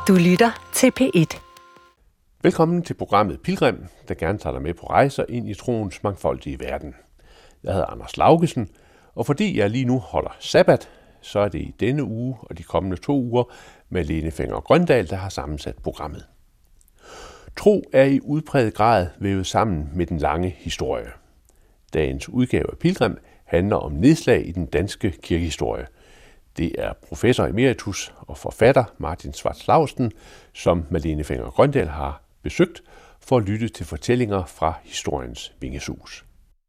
Du lytter til P1. Velkommen til programmet Pilgrim, der gerne tager dig med på rejser ind i troens mangfoldige verden. Jeg hedder Anders Laugesen, og fordi jeg lige nu holder sabbat, så er det i denne uge og de kommende 2 uger Malene Fenger-Grøndahl, der har sammensat programmet. Tro er i udpræget grad vævet sammen med den lange historie. Dagens udgave af Pilgrim handler om nedslag i den danske kirkehistorie. Det er professor emeritus og forfatter Martin Schwartz Laursen, som Malene Fenger-Grøndahl har besøgt for at lytte til fortællinger fra historiens vingesus.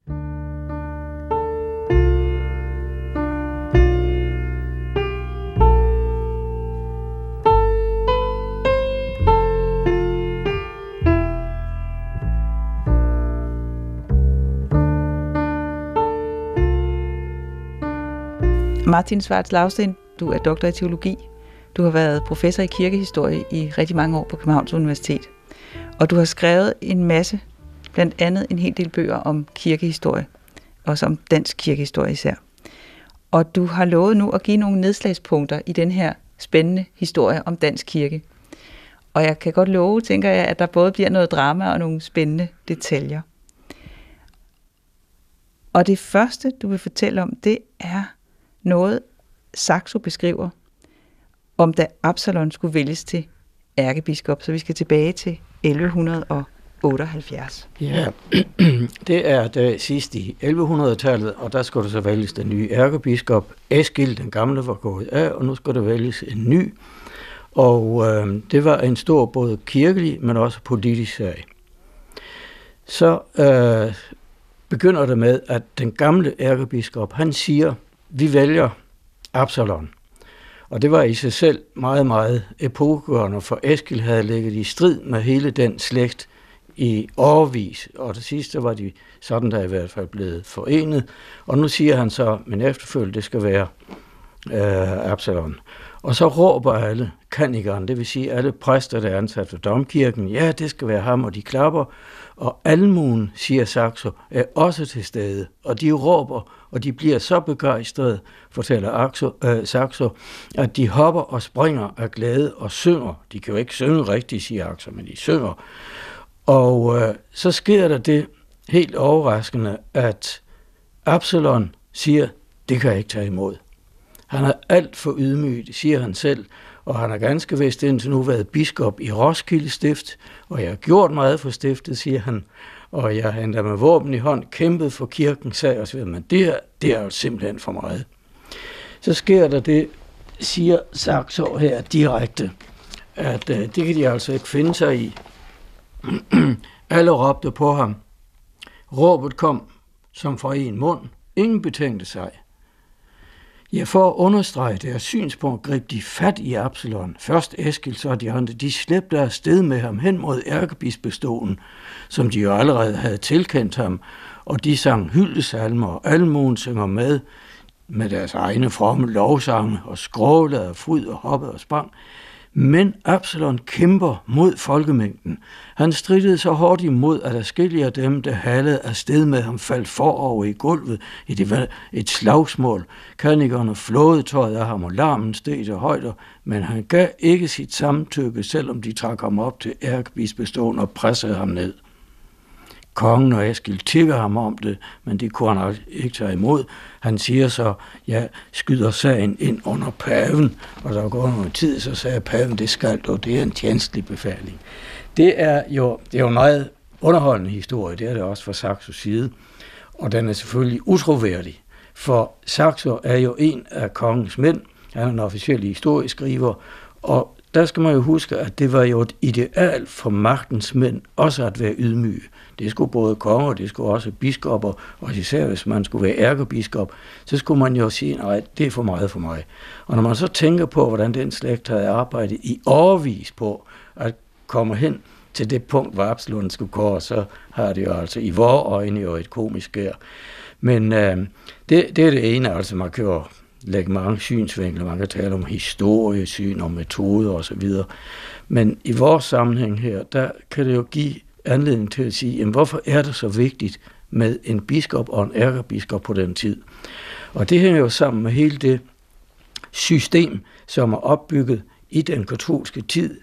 Martin Schwartz Laursen, du er doktor i teologi. Du har været professor i kirkehistorie i rigtig mange år på Københavns Universitet. Og du har skrevet en masse, blandt andet en hel del bøger om kirkehistorie, også om dansk kirkehistorie især. Og du har lovet nu at give nogle nedslagspunkter i den her spændende historie om dansk kirke. Og jeg kan godt love, tænker jeg, at der både bliver noget drama og nogle spændende detaljer. Og det første, du vil fortælle om, det er noget, Saxo beskriver, om da Absalon skulle vælges til ærkebiskop. Så vi skal tilbage til 1178. Ja, det er det sidste i 1100-tallet, og der skulle der så vælges den nye ærkebiskop. Eskil, den gamle, var gået af, og nu skulle der vælges en ny. Og det var en stor både kirkelig, men også politisk sag. Så begynder det med, at den gamle ærkebiskop, han siger, vi vælger Absalon. Og det var i sig selv meget, meget epokegørende, for Eskil havde ligget i strid med hele den slægt i årevis. Og det sidste var de sådan, der i hvert fald blevet forenet. Og nu siger han så, men efterfølgende, det skal være Absalon. Og så råber alle kanikerne, det vil sige alle præster, der er ansat ved domkirken, ja, det skal være ham, og de klapper. Og almuen, siger Saxo, er også til stede, og de råber, og de bliver så begejstrede, fortæller Saxo, at de hopper og springer af glæde og synger. De kan jo ikke synge rigtigt, siger Saxo, men de synger. Og så sker der det helt overraskende, at Absalon siger, det kan jeg ikke tage imod. Han er alt for ydmyg, siger han selv, og han har ganske vist indtil nu været biskop i Roskilde Stift, og jeg har gjort meget for stiftet, siger han, og jeg har endda med våben i hånd kæmpet for kirkens sag osv., men det er jo simpelthen for meget. Så sker der det, siger Saxo her direkte, at det kan de altså ikke finde sig i. Alle råbte på ham. Råbet kom som fra en mund. Ingen betænkte sig. Ja, for at understrege deres synspunkt, greb de fat i Absalon. Først Eskil, så de andre. De slæbte afsted med ham hen mod ærkebispestolen, som de jo allerede havde tilkendt ham, og de sang hyldesalmer, og almuen synger med deres egne fromme lovsange, og skrålede og fryd og hoppede og sprang. Men Absalon kæmper mod folkemængden. Han strittede så hårdt imod, at adskillige af dem, der halede afsted med ham, faldt forover i gulvet i et slagsmål. Kanikerne flåede tøjet af ham, og larmen steg til højder, men han gav ikke sit samtykke, selvom de trak ham op til ærkebispestolen og pressede ham ned. Kongen og Eskil tigger ham om det, men det kunne han ikke tage imod. Han siger så, jeg skyder sagen ind under paven, og der går noget tid, så sagde paven, det skal du, det er en tjenstlig befaling. Det er jo en meget underholdende historie, det er det også fra Saxos side, og den er selvfølgelig utroværdig, for Saxo er jo en af kongens mænd, han er en officiel historieskriver, og der skal man jo huske, at det var jo et ideal for magtens mænd også at være ydmyge. Det skulle både konger, det skulle også biskopper, og især hvis man skulle være ærkebiskop, så skulle man jo sige, nej, det er for meget for mig. Og når man så tænker på, hvordan den slægt havde arbejdet i årevis på at komme hen til det punkt, hvor Absalon skulle gå, så har det jo altså i vores øjne jo et komisk skær. Men det er det ene, altså man kan jo lægge mange synsvinkler, man kan tale om historiesyn og metoder osv. Men i vores sammenhæng her, der kan det jo give anledning til at sige, jamen, hvorfor er det så vigtigt med en biskop og en ærkebiskop på den tid? Og det hænger jo sammen med hele det system, som er opbygget i den katolske tid,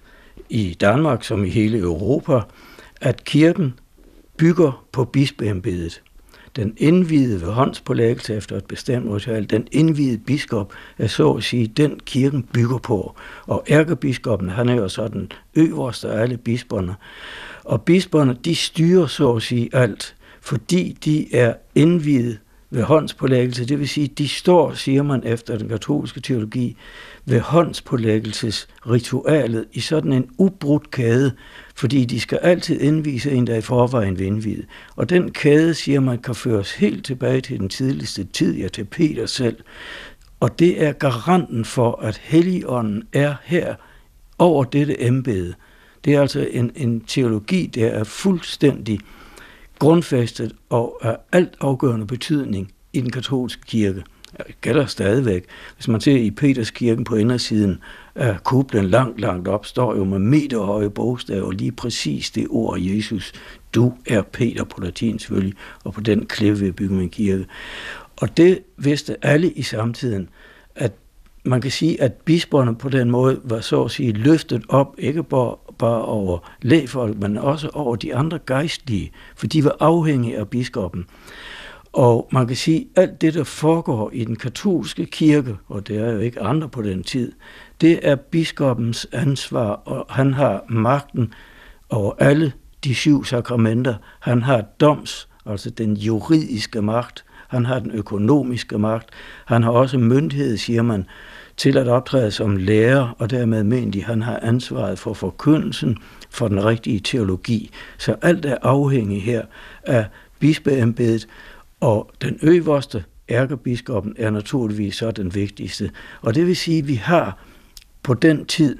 i Danmark som i hele Europa, at kirken bygger på bispeembedet. Den indviede ved håndspålæggelse efter et bestemt ritual, den indviede biskop er så at sige den kirken bygger på. Og ærkebiskoppen, han er jo så den øverste af alle bisperne. Og bisperne, de styrer så at sige alt, fordi de er indviede ved håndspålæggelse. Det vil sige, de står, siger man efter den katolske teologi, ved håndspålæggelsesritualet i sådan en ubrudt kæde, fordi de skal altid indvise en, der i forvejen vil indvide. Og den kæde, siger man, kan føres helt tilbage til den tidligste tid, ja, til Peter selv. Og det er garanten for, at Helligånden er her over dette embede. Det er altså en teologi, der er fuldstændig grundfæstet og af alt afgørende betydning i den katolske kirke. Det gælder stadigvæk. Hvis man ser i Peterskirken på indersiden af kuplen langt op, står jo med meterhøje bogstaver lige præcis det ord Jesus. Du er Peter på latin selvfølgelig, og på den klippe vil bygge min kirke. Og det vidste alle i samtiden, at man kan sige, at bisperne på den måde var så at sige løftet op, ikke bare over lægfolk, men også over de andre gejstlige, for de var afhængige af biskoppen. Og man kan sige, at alt det, der foregår i den katolske kirke, og det er jo ikke andre på den tid, det er biskoppens ansvar, og han har magten over alle de 7 sakramenter. Han har altså den juridiske magt, han har den økonomiske magt, han har også myndighed, siger man, til at optræde som lærer, og dermed mener de, han har ansvaret for forkyndelsen, for den rigtige teologi. Så alt er afhængigt her af bispeembedet, og den øverste, ærkebiskoppen, er naturligvis så den vigtigste. Og det vil sige, at vi har på den tid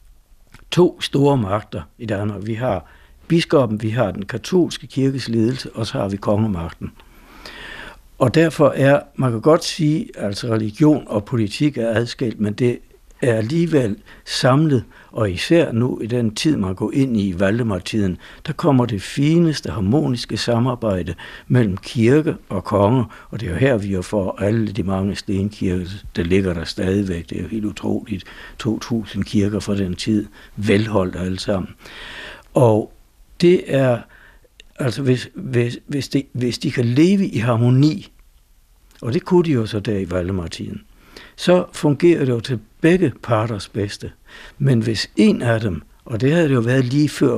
2 store magter i Danmark. Vi har biskoppen, vi har den katolske kirkes ledelse, og så har vi kongemagten. Og derfor er, man kan godt sige, altså religion og politik er adskilt, men det er alligevel samlet, og især nu i den tid, man går ind i Valdemartiden, der kommer det fineste harmoniske samarbejde mellem kirke og konge, og det er jo her, vi får alle de mange stenkirker, der ligger der stadigvæk. Det er jo helt utroligt. 2.000 kirker fra den tid, velholdt alle sammen. Og det er, altså hvis de kan leve i harmoni, og det kunne de jo så der i Valdemartiden, så fungerer det jo til begge parters bedste. Men hvis en af dem, og det havde det jo været lige før,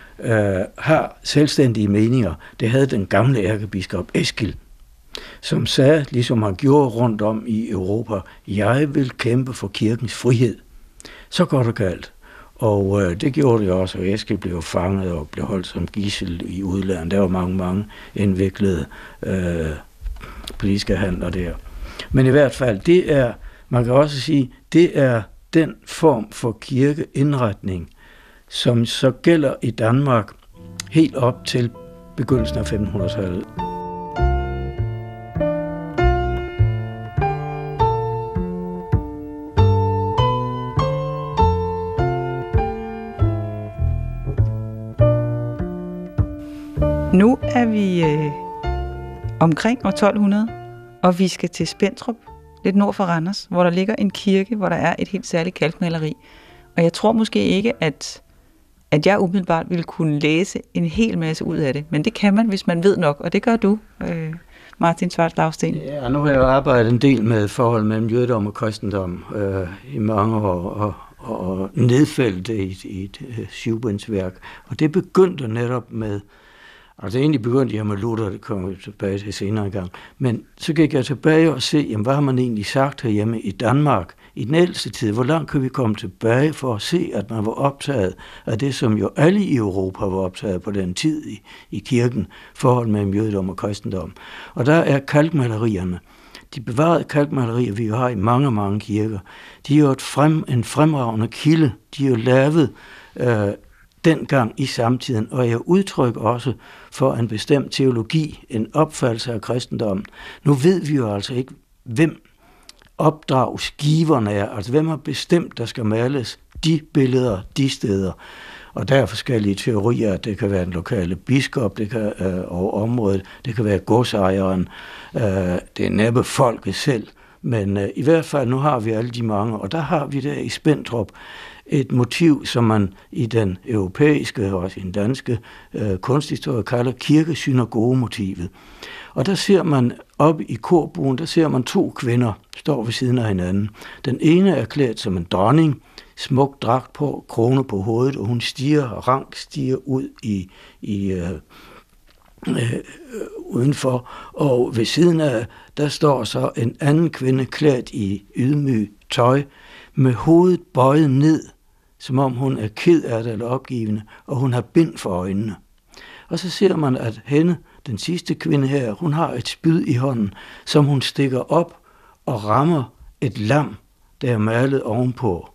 har selvstændige meninger, det havde den gamle ærkebiskop Eskil, som sagde, ligesom han gjorde rundt om i Europa, jeg vil kæmpe for kirkens frihed. Så går det galt. Og det gjorde det også, og Eskil blev fanget og blev holdt som gidsel i udlandet. Der var mange indviklede politiske handler der. Men i hvert fald, det er, man kan også sige, det er den form for kirkeindretning, som så gælder i Danmark helt op til begyndelsen af 1500-tallet. Nu er vi omkring år 1200, og vi skal til Spentrup, lidt nord for Randers, hvor der ligger en kirke, hvor der er et helt særligt kalkmaleri. Og jeg tror måske ikke, at jeg umiddelbart ville kunne læse en hel masse ud af det, men det kan man, hvis man ved nok, og det gør du, Martin Schwartz-Lausten. Ja, nu har jeg arbejdet en del med forhold mellem jødedom og kristendom i mange år, og nedfældet i et syvbindsværk. Og det begyndte netop med, altså egentlig begyndte jeg med Luther, det kommer jeg tilbage til senere gang, men så gik jeg tilbage og se, jamen, hvad har man egentlig sagt herhjemme i Danmark i den ældste tid? Hvor langt kan vi komme tilbage for at se, at man var optaget af det, som jo alle i Europa var optaget på den tid i kirken, forhold mellem jødedom og kristendom. Og der er kalkmalerierne. De bevarede kalkmalerier, vi har i mange kirker, de er jo en fremragende kilde. De er jo lavet dengang i samtiden, og jeg udtrykker også for en bestemt teologi, en opfattelse af kristendommen. Nu ved vi jo altså ikke, hvem opdragsgiverne er, altså hvem har bestemt, der skal males de billeder, de steder. Og der er forskellige teorier, det kan være den lokale biskop, det kan over området, det kan være godsejeren, det er næppe folket selv, men i hvert fald nu har vi alle de mange, og der har vi der i Spentrup et motiv, som man i den europæiske og også i den danske kunsthistorie kalder kirkesynagogemotivet. Og der ser man oppe i korbuen, der ser man 2 kvinder står ved siden af hinanden. Den ene er klædt som en dronning, smuk dragt på, krone på hovedet, og hun stiger ud udenfor, og ved siden af, der står så en anden kvinde klædt i ydmyg tøj, med hovedet bøjet ned, som om hun er ked af det eller opgivende, og hun har bind for øjnene. Og så ser man, at hende, den sidste kvinde her, hun har et spyd i hånden, som hun stikker op og rammer et lam, der er malet ovenpå.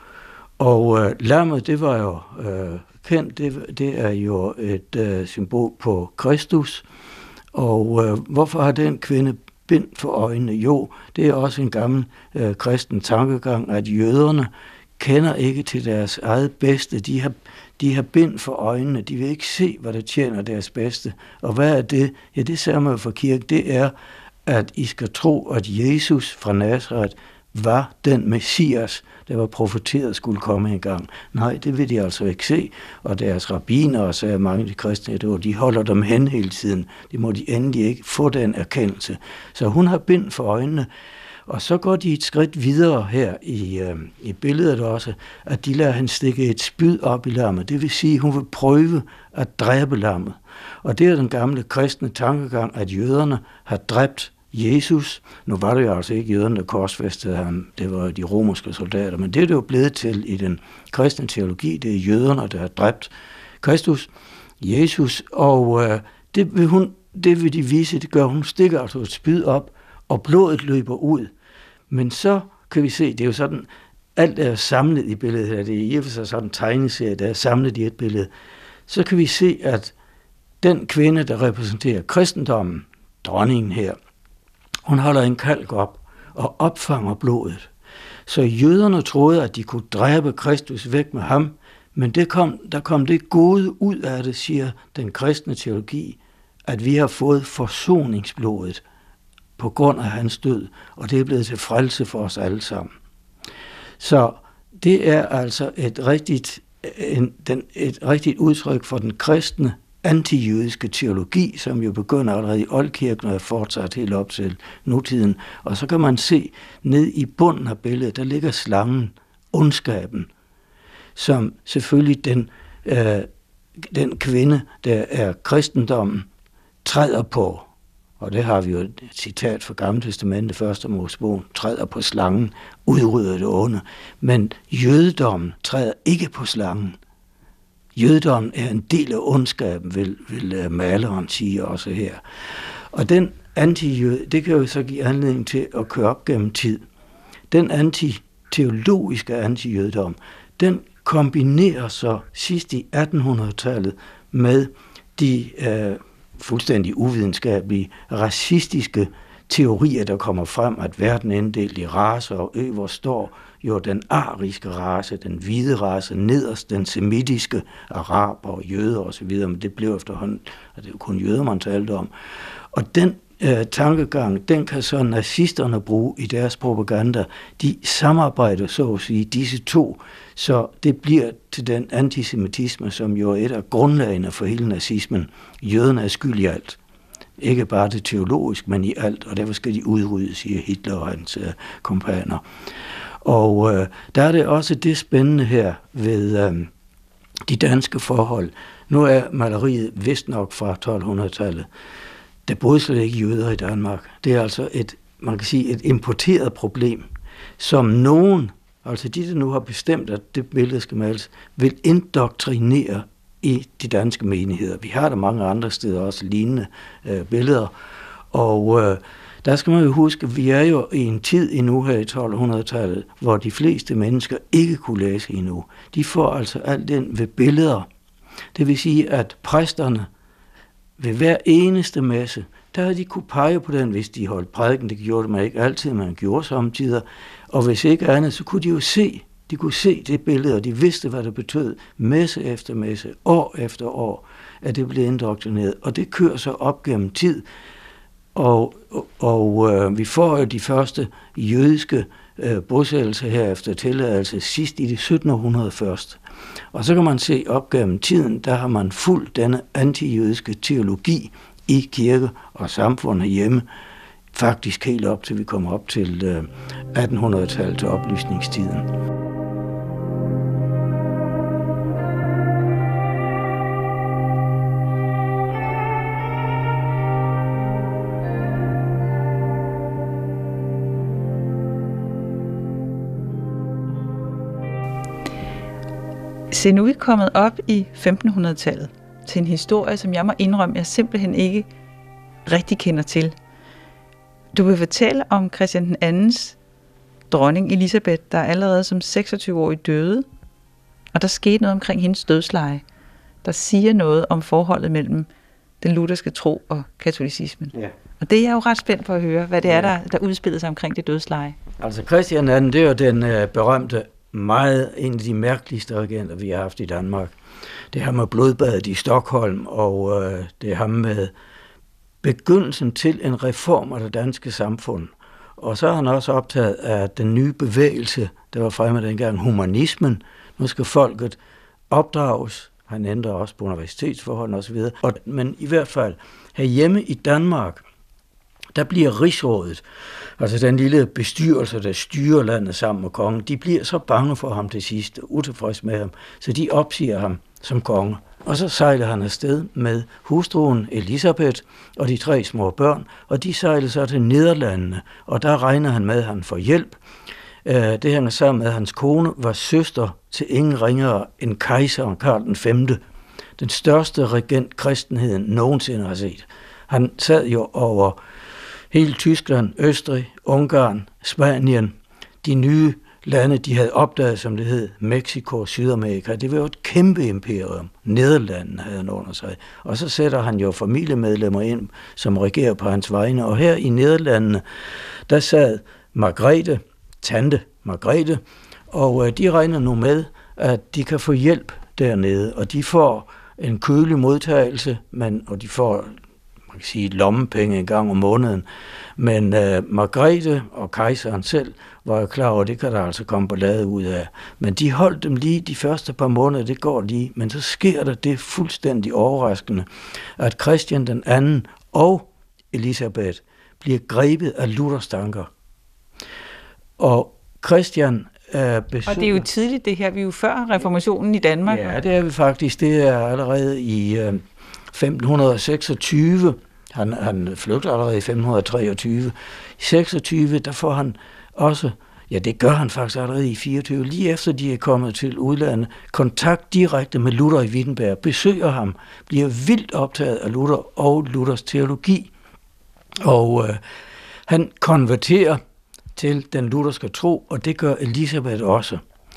Og lammet, det var jo kendt, det er jo et symbol på Kristus. Og hvorfor har den kvinde bind for øjnene? Jo, det er også en gammel kristen tankegang, at jøderne kender ikke til deres eget bedste. De har bind for øjnene. De vil ikke se, hvad der tjener deres bedste. Og hvad er det? Ja, det siger man for kirken. Det er, at I skal tro, at Jesus fra Nazaret var den Messias, der var profeteret skulle komme en gang. Nej, det vil de altså ikke se. Og deres rabbiner, og så er mange af de kristne, de holder dem hen hele tiden. Det må de endelig ikke få den erkendelse. Så hun har bind for øjnene. Og så går de et skridt videre her i billedet også, at de lader hende stikke et spyd op i lammet. Det vil sige, at hun vil prøve at dræbe lammet. Og det er den gamle kristne tankegang, at jøderne har dræbt Jesus. Nu var det jo altså ikke jøderne, der korsfæstede ham. Det var de romerske soldater. Men det er det jo blevet til i den kristne teologi. Det er jøderne, der har dræbt Kristus, Jesus. Og det vil de vise, det gør. Hun stikker altså et spyd op, og blodet løber ud. Men så kan vi se, det er jo sådan, alt er samlet i billedet her. Det er i og for sig sådan en tegneserie, der er samlet i et billede. Så kan vi se, at den kvinde, der repræsenterer kristendommen, dronningen her, hun holder en kalk op og opfanger blodet. Så jøderne troede, at de kunne dræbe Kristus væk med ham, men der kom det gode ud af det, siger den kristne teologi, at vi har fået forsoningsblodet på grund af hans død, og det er blevet til frelse for os alle sammen. Så det er altså et rigtigt udtryk for den kristne antijødiske teologi, som jo begynder allerede i oldkirken og er fortsat helt op til nutiden. Og så kan man se ned i bunden af billedet, der ligger slangen, ondskaben, som selvfølgelig den kvinde, der er kristendommen, træder på. Og det har vi jo et citat fra Gamle Testamentet, 1. Mosebog, træder på slangen, udrydder det onde. Men jødedommen træder ikke på slangen. Jødedommen er en del af ondskaben, vil maleren sige også her. Og den antijøde, det kan jo så give anledning til at køre op gennem tid. Den teologiske antijødedom, den kombinerer så sidst i 1800-tallet med de fuldstændig uvidenskabelige, racistiske teorier, der kommer frem, at verden er inddelt i racer, og øver står jo den ariske race, den hvide race, nederst den semitiske, araber og jøder osv., men det blev efterhånden, at det er jo kun jøder, man talte om. Og den tankegang, den kan så nazisterne bruge i deres propaganda. De samarbejder, så at sige, disse to, så det bliver til den antisemitisme, som jo er et af grundlagene for hele nazismen. Jøderne er skyld i alt. Ikke bare det teologisk, men i alt, og derfor skal de udryddes, siger Hitler og hans kompaner. Og der er det også det spændende her ved de danske forhold. Nu er maleriet vist nok fra 1200-tallet. Der boede slet ikke jøder i Danmark. Det er altså man kan sige, et importeret problem, som nogen, altså de, der nu har bestemt, at det billede skal males, vil indoktrinere i de danske menigheder. Vi har der mange andre steder også lignende billeder, og der skal man jo huske, at vi er jo i en tid endnu her i 1200-tallet, hvor de fleste mennesker ikke kunne læse endnu. De får altså alt den ved billeder. Det vil sige, at præsterne ved hver eneste messe, der havde de kunne pege på den, hvis de holdt prædiken. Det gjorde man ikke altid, man gjorde samtidig. Og hvis ikke andet, så kunne de jo se. De kunne se det billede, og de vidste, hvad det betød. Messe efter messe, år efter år, at det blev indoktrineret. Og det kører så op gennem tid. Og vi får jo de første jødiske bosættelse her efter tilladelse, sidst i det 1700 først. Og så kan man se op gennem tiden, der har man fulgt denne antijødiske teologi i kirke og samfund hjemme, faktisk helt op til vi kommer op til 1800-tallet til oplysningstiden. Se, nu er vi kommet op i 1500-tallet til en historie, som jeg må indrømme, jeg simpelthen ikke rigtig kender til. Du vil fortælle om Christian II's dronning Elisabeth, der allerede som 26-årig døde, og der skete noget omkring hendes dødsleje, der siger noget om forholdet mellem den lutherske tro og katolicismen. Ja. Og det er jeg jo ret spændt på at høre, hvad det er, der udspillede sig omkring det dødsleje. Altså Christian II, det er jo den berømte, en af de mærkeligste regenter, vi har haft i Danmark. Det er ham med blodbadet i Stockholm, og det er ham med begyndelsen til en reform af det danske samfund. Og så er han også optaget af den nye bevægelse, der var fremme dengang, humanismen. Nu skal folket opdrages. Han ændrer også på universitetsforholdene osv. Men i hvert fald herhjemme i Danmark, der bliver rigsrådet, altså den lille bestyrelse, der styrer landet sammen med kongen, de bliver så bange for ham til sidst, utilfreds med ham, så de opsiger ham som konge. Og så sejler han afsted med hustruen Elisabeth og de 3 små børn, og de sejler så til Nederlandene, og der regner han med, at han får hjælp. Det hænger sammen med, at hans kone var søster til ingen ringere end kejseren Karl V, den største regent kristenheden nogensinde har set. Han sad jo over hele Tyskland, Østrig, Ungarn, Spanien, de nye lande, de havde opdaget, som det hed, Mexico, Sydamerika. Det var jo et kæmpe imperium. Nederlandene havde han under sig. Og så sætter han jo familiemedlemmer ind, som regerer på hans vegne. Og her i Nederlandene, der sad Margrethe, tante Margrethe, og de regner nu med, at de kan få hjælp dernede, og de får en kølig modtagelse, og de får, man kan sige, lommepenge en gang om måneden. Men Margrethe og kejseren selv var jo klar over, at det kan der altså komme ballade ud af. Men de holdt dem lige de første par måneder, det går lige. Men så sker der det fuldstændig overraskende, at Christian den anden og Elisabeth bliver grebet af Luthers tanker. Og Christian besøger... Og det er jo tidligt det her, vi er jo før reformationen i Danmark. Ja, det er vi faktisk. Det er allerede i 1526. Han flygter allerede i 1523. I 26, der får han også, ja det gør han faktisk allerede i 24, lige efter de er kommet til udlandet, kontakt direkte med Luther i Wittenberg, besøger ham, bliver vildt optaget af Luther og Luthers teologi. Og han konverterer til den lutherske tro, og det gør Elisabeth også.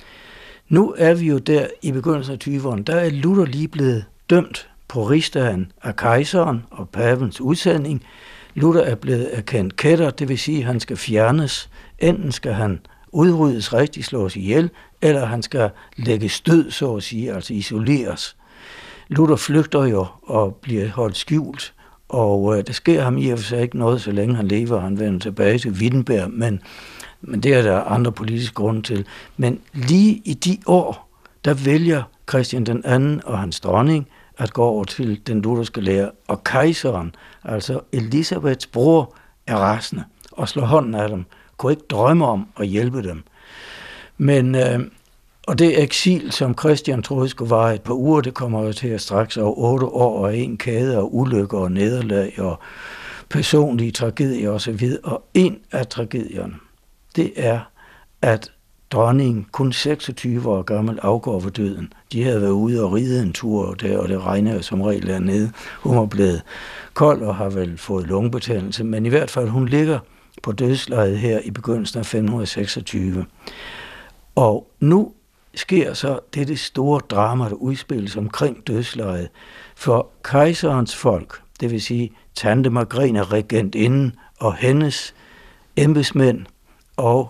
Nu er vi jo der i begyndelsen af 20'erne, der er Luther lige blevet dømt på rigsdagen af kejseren og pavens udsending. Luther er blevet erkendt kætter, det vil sige, at han skal fjernes. Enten skal han udryddes, rigtig slås ihjel, eller han skal lægges død, så at sige, altså isoleres. Luther flygter jo og bliver holdt skjult, og der sker ham i og for sig ikke noget, så længe han lever. Han vender tilbage til Wittenberg, men det er der andre politiske grunde til. Men lige i de år, der vælger Christian den anden og hans dronning at gå over til den lutherske lære, og kejseren, altså Elisabeths bror, er rasende og slår hånden af dem, kunne ikke drømme om at hjælpe dem. Men, og det eksil, som Christian troede skulle vare et par uger, det kommer jo til at straks over 8 år og en kæde og ulykker og nederlag og personlige tragedier osv. Og en af tragedierne, det er, at dronningen, kun 26 år gammel, afgår ved døden. De havde været ude og ride en tur der, og det regnede som regel dernede. Hun var blevet kold og har vel fået lungebetændelse, men i hvert fald hun ligger på dødslejet her i begyndelsen af 1526. Og nu sker så det store drama, der udspilles omkring dødslejet. For kejserens folk, det vil sige tante Margrethe, regentinden og hendes embedsmænd og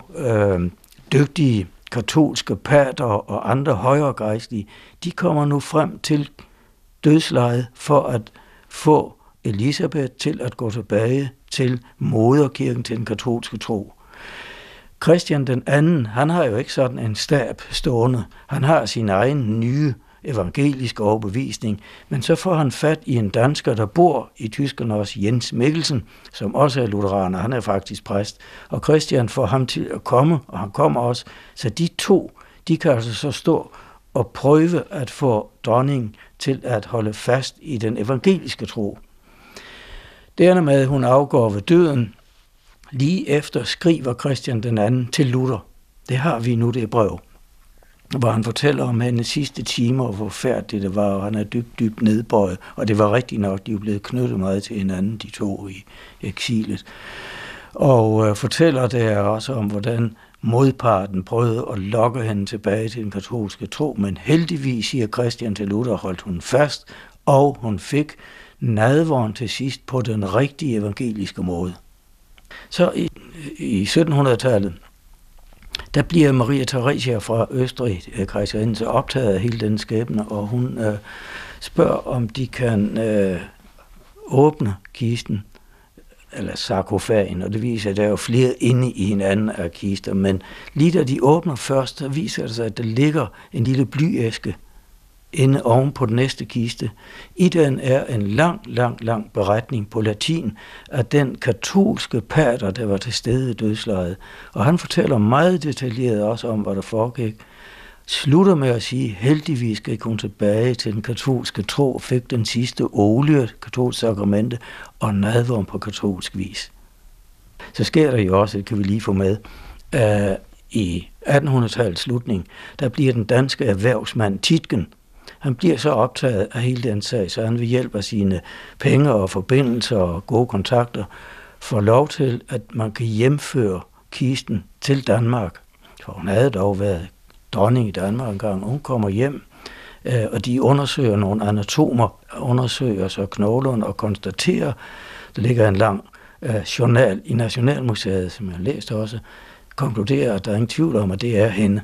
dygtige katolske pater og andre højere gejstlige, de kommer nu frem til dødslejet for at få Elisabeth til at gå tilbage til moderkirken, til den katolske tro. Christian den anden, han har jo ikke sådan en stab stående. Han har sin egen nye evangeliske overbevisning, men så får han fat i en dansker, der bor i Tyskland også, Jens Mikkelsen, som også er lutheraner. Han er faktisk præst, og Christian får ham til at komme, og han kommer også. Så de to, de kan altså så stå og prøve at få dronningen til at holde fast i den evangeliske tro. Det ender med, at hun afgår ved døden. Lige efter skriver Christian den anden til Luther. Det har vi nu, det brev, hvor han fortæller om hendes sidste timer, og hvor forfærdeligt det var, og han er dybt nedbøjet. Og det var rigtigt nok, de er blevet knyttet meget til hinanden, de to i eksilet. Og fortæller der også om, hvordan modparten prøvede at lokke hende tilbage til den katolske tro, men heldigvis, siger Christian til Luther, holdt hun fast, og hun fik nadveren til sidst på den rigtige evangeliske måde. Så i 1700-tallet, der bliver Maria Theresia fra Østrig, kejserinde, så optaget af hele den skæbne, og hun spørger, om de kan åbne kisten, eller sarkofagen, og det viser, at der er jo flere inde i hinanden af kister, men lige da de åbner først, så viser det sig, at der ligger en lille blyæske inde oven på den næste kiste. I den er en lang beretning på latin af den katolske pater, der var til stede i dødslejet. Og han fortæller meget detaljeret også om, hvad der foregik. Slutter med at sige, heldigvis gik hun tilbage til den katolske tro, fik den sidste olie, katolsk sakramente, og nadveren på katolsk vis. Så sker der jo også, det kan vi lige få med, i 1800-tallets slutning, der bliver den danske erhvervsmand Tietgen. Han bliver så optaget af hele den sag, så han ved hjælp af sine penge og forbindelser og gode kontakter får lov til, at man kan hjemføre kisten til Danmark. For hun havde dog været dronning i Danmark engang. Hun kommer hjem, og de undersøger nogle anatomer, undersøger så knoglerne og konstaterer, der ligger en lang journal i Nationalmuseet, som jeg har læst også, konkluderer, at der er ingen tvivl om, at det er hende.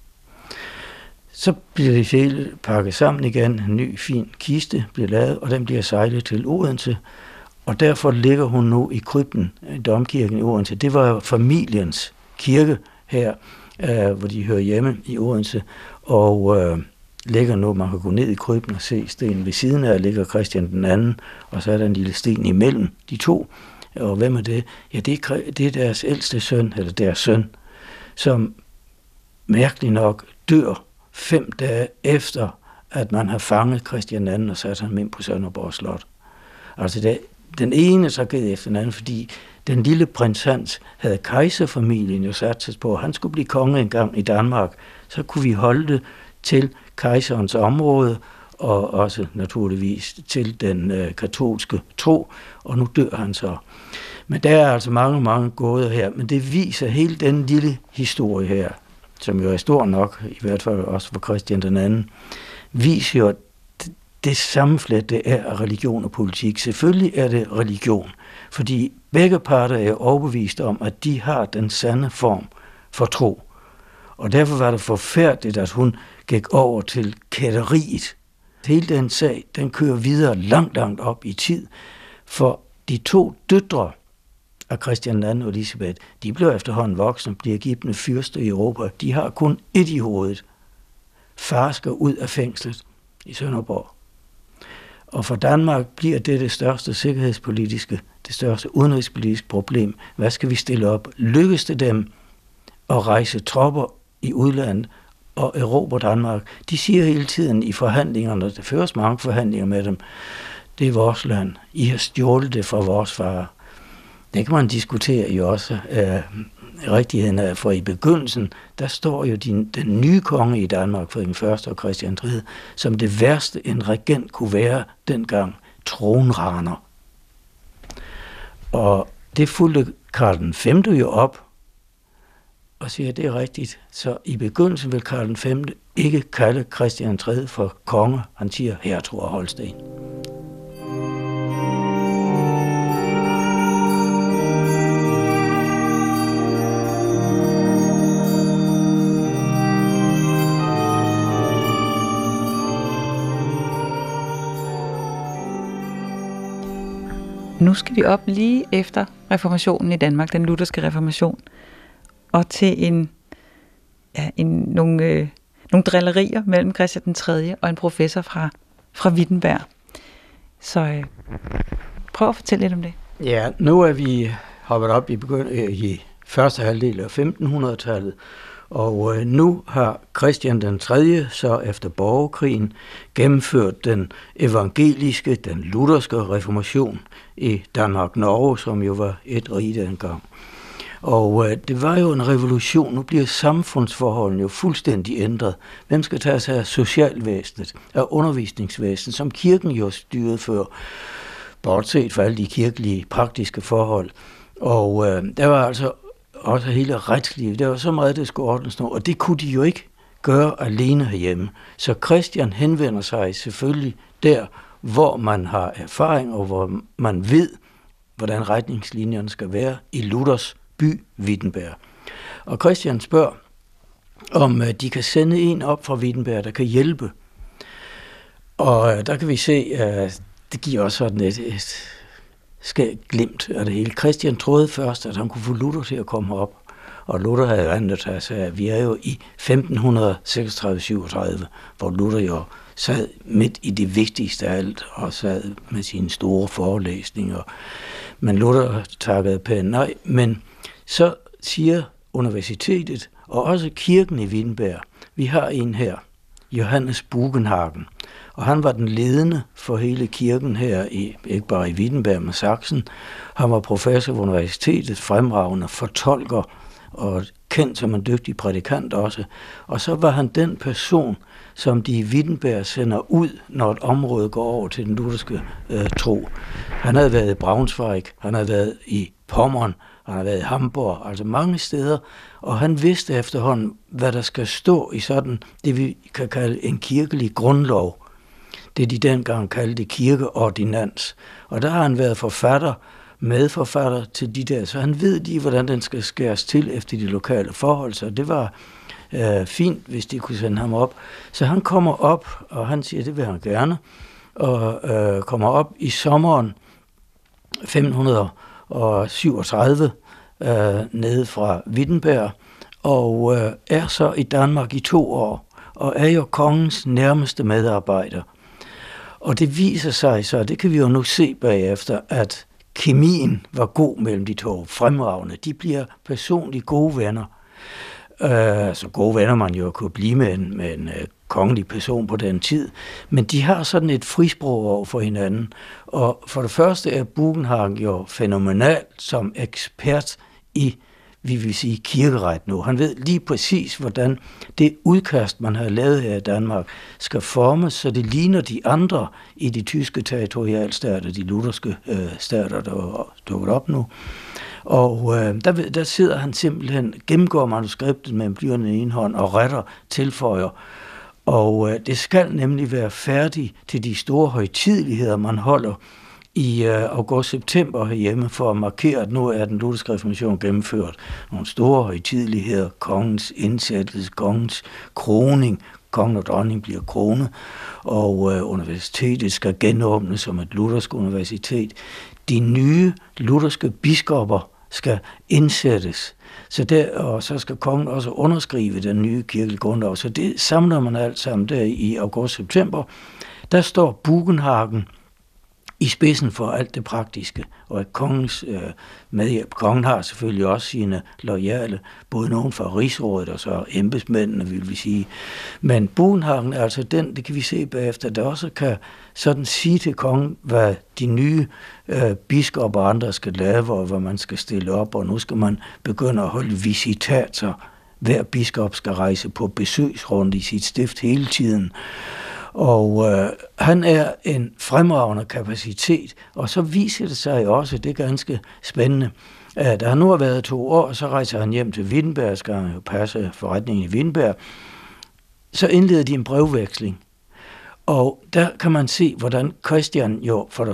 Så bliver det hele pakket sammen igen, en ny fin kiste bliver lavet, og den bliver sejlet til Odense, og derfor ligger hun nu i krypten i domkirken i Odense. Det var familiens kirke her, hvor de hører hjemme i Odense, og ligger nu, man kan gå ned i krypten og se stenen ved siden af, ligger Christian den anden, og så er der en lille sten imellem de to. Og hvem er det? Ja, det er deres ældste søn, eller deres søn, som mærkeligt nok dør 5 dage efter, at man har fanget Christian II og sat ham ind på Sønderborg Slot. Altså den ene så givet efter den anden, fordi den lille prins Hans havde kejserfamilien jo sat sig på, at han skulle blive konge engang i Danmark. Så kunne vi holde det til kejserens område, og også naturligvis til den katolske tro, og nu dør han så. Men der er altså mange gåder her, men det viser hele den lille historie her, som jo er stor nok, i hvert fald også for Christian den anden, viser jo, at det sammenflet, det er af religion og politik. Selvfølgelig er det religion, fordi begge parter er overbevist om, at de har den sande form for tro. Og derfor var det forfærdeligt, at hun gik over til kætteriet. Hele den sag, den kører videre langt op i tid, for de 2 døtre af Christian II og Elisabeth, de blev efterhånden voksne, bliver givne fyrster i Europa. De har kun ét i hovedet. Far skal ud af fængslet i Sønderborg. Og for Danmark bliver det største sikkerhedspolitiske, det største udenrigspolitiske problem. Hvad skal vi stille op? Lykkes det dem at rejse tropper i udlandet og erobre Danmark? De siger hele tiden i forhandlingerne, der føres mange forhandlinger med dem, det er vores land. I har stjålet det fra vores far. Det kan man diskutere jo også rigtigheden af, for i begyndelsen, der står jo den nye konge i Danmark, Frederik I og Christian III, som det værste en regent kunne være dengang, tronraner. Og det fulgte Karl V jo op og siger, at det er rigtigt. Så i begyndelsen vil Karl V ikke kalde Christian III for konge. Han siger hertug af Holsten. Nu skal vi op lige efter reformationen i Danmark, den lutherske reformation. og til nogle drillerier mellem Christian den 3. og en professor fra Wittenberg. Så prøv at fortælle lidt om det. Ja, nu er vi hoppet op i første halvdel af 1500-tallet, og nu har Christian den 3. så efter borgerkrigen gennemført den evangeliske, den lutherske reformation i Danmark-Norge, som jo var et rige dengang. Og det var jo en revolution. Nu bliver samfundsforholdene jo fuldstændig ændret. Hvem skal tage sig af socialvæsenet, af undervisningsvæsenet, som kirken jo styrede før, bortset fra alle de kirkelige praktiske forhold. Og der var altså også hele retslivet. Der var så meget, det skulle ordnes nu, og det kunne de jo ikke gøre alene herhjemme. Så Christian henvender sig selvfølgelig der, hvor man har erfaring, og hvor man ved, hvordan retningslinjerne skal være i Luthers by Wittenberg. Og Christian spørger, om de kan sende en op fra Wittenberg, der kan hjælpe. Og der kan vi se, at det giver også sådan et glimt af det hele. Christian troede først, at han kunne få Luther til at komme op. Og Luther havde andet at sige, at vi er jo i 1536-37, hvor Luther jo sad midt i det vigtigste af alt, og sad med sine store forelæsninger. Men Luther takkede pænt nej. Men så siger universitetet, og også kirken i Wittenberg, vi har en her, Johannes Bugenhagen, og han var den ledende for hele kirken her, ikke bare i Wittenberg, men Sachsen. Han var professor på universitetet, fremragende fortolker, og kendt som en dygtig prædikant også. Og så var han den person, som de i Wittenberg sender ud, når et område går over til den lutherske tro. Han havde været i Braunschweig, han havde været i Pommern, han havde været i Hamburg, altså mange steder, og han vidste efterhånden, hvad der skal stå i sådan det, vi kan kalde en kirkelig grundlov. Det de dengang kaldte kirkeordinans. Og der har han været medforfatter til de der, så han ved lige, hvordan den skal skæres til efter de lokale forhold, så det var fint, hvis de kunne sende ham op. Så han kommer op, og han siger, det vil han gerne, og kommer op i sommeren 537 nede fra Wittenberg, og er så i Danmark i 2 år, og er jo kongens nærmeste medarbejder. Og det viser sig så, det kan vi jo nu se bagefter, at kemien var god mellem de to fremragende. De bliver personligt gode venner. Så gode venner man jo kunne blive med en kongelig person på den tid. Men de har sådan et frisprog over for hinanden. Og for det første er Bugenhagen jo fænomenal som ekspert i, vi vil sige, kirkeret nu. Han ved lige præcis, hvordan det udkast, man har lavet her i Danmark, skal formes, så det ligner de andre i de tyske territorialstater, de lutherske stater, der er dukket op nu. Og der sidder han simpelthen, gennemgår manuskriptet med en blyant i en hånd og retter, tilføjer. Og det skal nemlig være færdigt til de store højtideligheder, man holder i august-september herhjemme, for at markere, at nu er den lutherske reformation gennemført. Nogle store højtideligheder, kongens indsættelse, kongens kroning, kongen og dronning bliver kronet, og universitetet skal genåbnes som et luthersk universitet. De nye lutherske biskopper skal indsættes, og så skal kongen også underskrive den nye kirkelige grundlov. Så det samler man alt sammen der i august-september. Der står Bugenhagen i spidsen for alt det praktiske, og kongens medhjælp. Kongen har selvfølgelig også sine loyale, både nogen fra rigsrådet og så embedsmændene, vil vi sige. Men Bugenhagen er altså den, det kan vi se bagefter, der også kan sådan sige til kongen, hvad de nye biskopper og andre skal lave, og hvad man skal stille op, og nu skal man begynde at holde visitater. Hver biskop skal rejse på besøgsrunde i sit stift hele tiden. Og han er en fremragende kapacitet, og så viser det sig også, det er ganske spændende, at da han nu har været 2 år, så rejser han hjem til Wittenberg, skal han jo passe forretningen i Wittenberg, så indleder de en brevveksling. Og der kan man se, hvordan Christian III for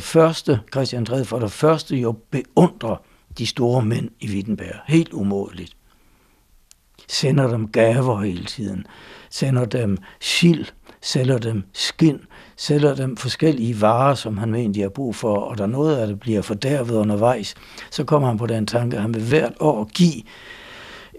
det første jo beundrer de store mænd i Wittenberg, helt umådeligt. Sender dem gaver hele tiden, sender dem sild, sælger dem skind, sælger dem forskellige varer, som han mener, de har brug for, og der noget af det bliver fordærvet undervejs, så kommer han på den tanke, at han vil hvert år give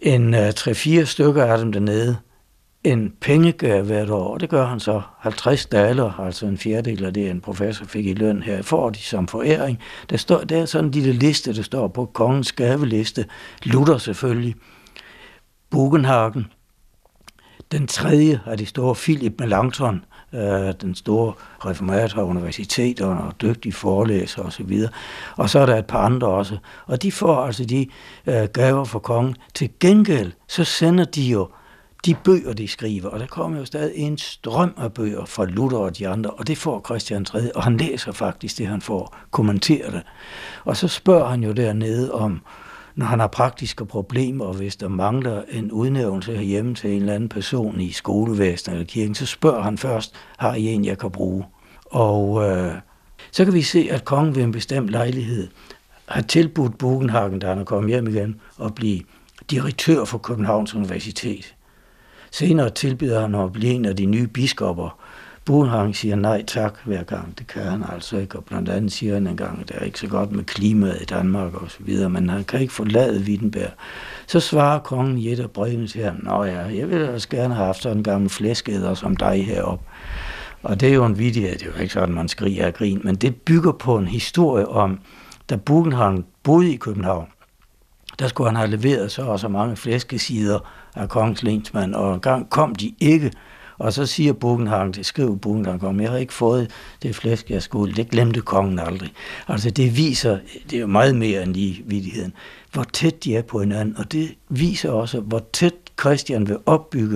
en 3-4 stykker af dem dernede en pengegave hvert år. Det gør han så 50 daler, altså en fjerdedel af det, en professor fik i løn her, får de som foræring. Der er sådan en lille liste, der står på kongens gaveliste. Luther selvfølgelig. Bugenhagen. Den tredje af de store, Philip Melanchthon, den store reformator af universiteter og dygtige forelæser osv. Og så er der et par andre også. Og de får altså de gaver fra kongen. Til gengæld, så sender de jo de bøger, de skriver, og der kommer jo stadig en strøm af bøger fra Luther og de andre, og det får Christian 3., og han læser faktisk det, han får, kommenterer det. Og så spørger han jo dernede om, når han har praktiske problemer, og hvis der mangler en udnævnelse herhjemme til en eller anden person i skolevæsenet eller kirken, så spørger han først, har I en, jeg kan bruge? Og så kan vi se, at kongen ved en bestemt lejlighed har tilbudt Bugenhagen, da han er kommet hjem igen, at blive direktør for Københavns Universitet. Senere tilbyder han at blive en af de nye biskopper. Bugenhagen siger nej tak hver gang. Det kan han altså ikke. Og blandt andet siger han engang, at det er ikke så godt med klimaet i Danmark og så videre, men han kan ikke forlade Wittenberg. Så svarer kongen i et af brevene til ham, nå ja, jeg ville også gerne have haft sådan en gammel flæskæder som dig heroppe. Og det er jo en vittighed, det er jo ikke sådan, man skriger af grin, men det bygger på en historie om, da Bugenhagen boede i København, der skulle han have leveret så mange flæskesider af kongens lensmand, og en gang kom de ikke, og så siger Bugenhagen, det skriver Bugenhagen om, jeg har ikke fået det flæsk, jeg skulle, det glemte kongen aldrig. Altså det viser, det er jo meget mere end lige vittigheden, hvor tæt de er på hinanden, og det viser også, hvor tæt Christian vil opbygge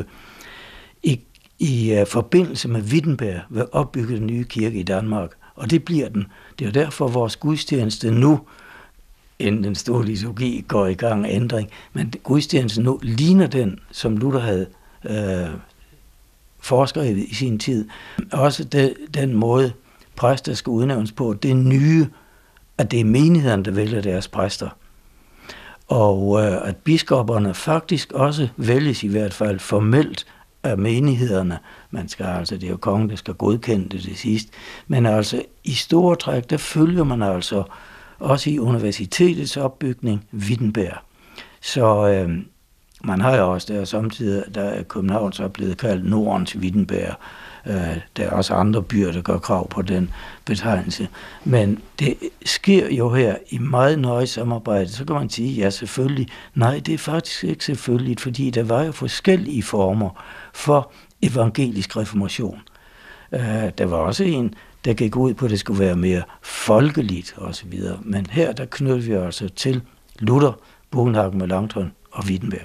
i forbindelse med Wittenberg, vil opbygge den nye kirke i Danmark, og det bliver den. Det er jo derfor, vores gudstjeneste nu, inden den store liturgi går i gang af ændring, men gudstjenesten nu ligner den, som Luther havde foreskrevet i sin tid. Også den måde, præster skal udnævnes på, det nye, at det er menighederne, der vælger deres præster. Og at biskopperne faktisk også vælges i hvert fald formelt af menighederne. Man skal altså, det er jo kongen, der skal godkende det til sidst. Men altså i store træk, der følger man altså også i universitetets opbygning Wittenberg. Så man har jo også der samtidig, der er København så blevet kaldt Nordens Wittenberg. Der er også andre byer, der gør krav på den betegnelse. Men det sker jo her i meget nøje samarbejde. Så kan man sige, ja selvfølgelig. Nej, det er faktisk ikke selvfølgeligt, fordi der var jo forskellige former for evangelisk reformation. Der var også en, der gik ud på, at det skulle være mere folkeligt osv. Men her, der knytter vi altså til Luther, Bugenhagen, Melanchthon og Wittenberg.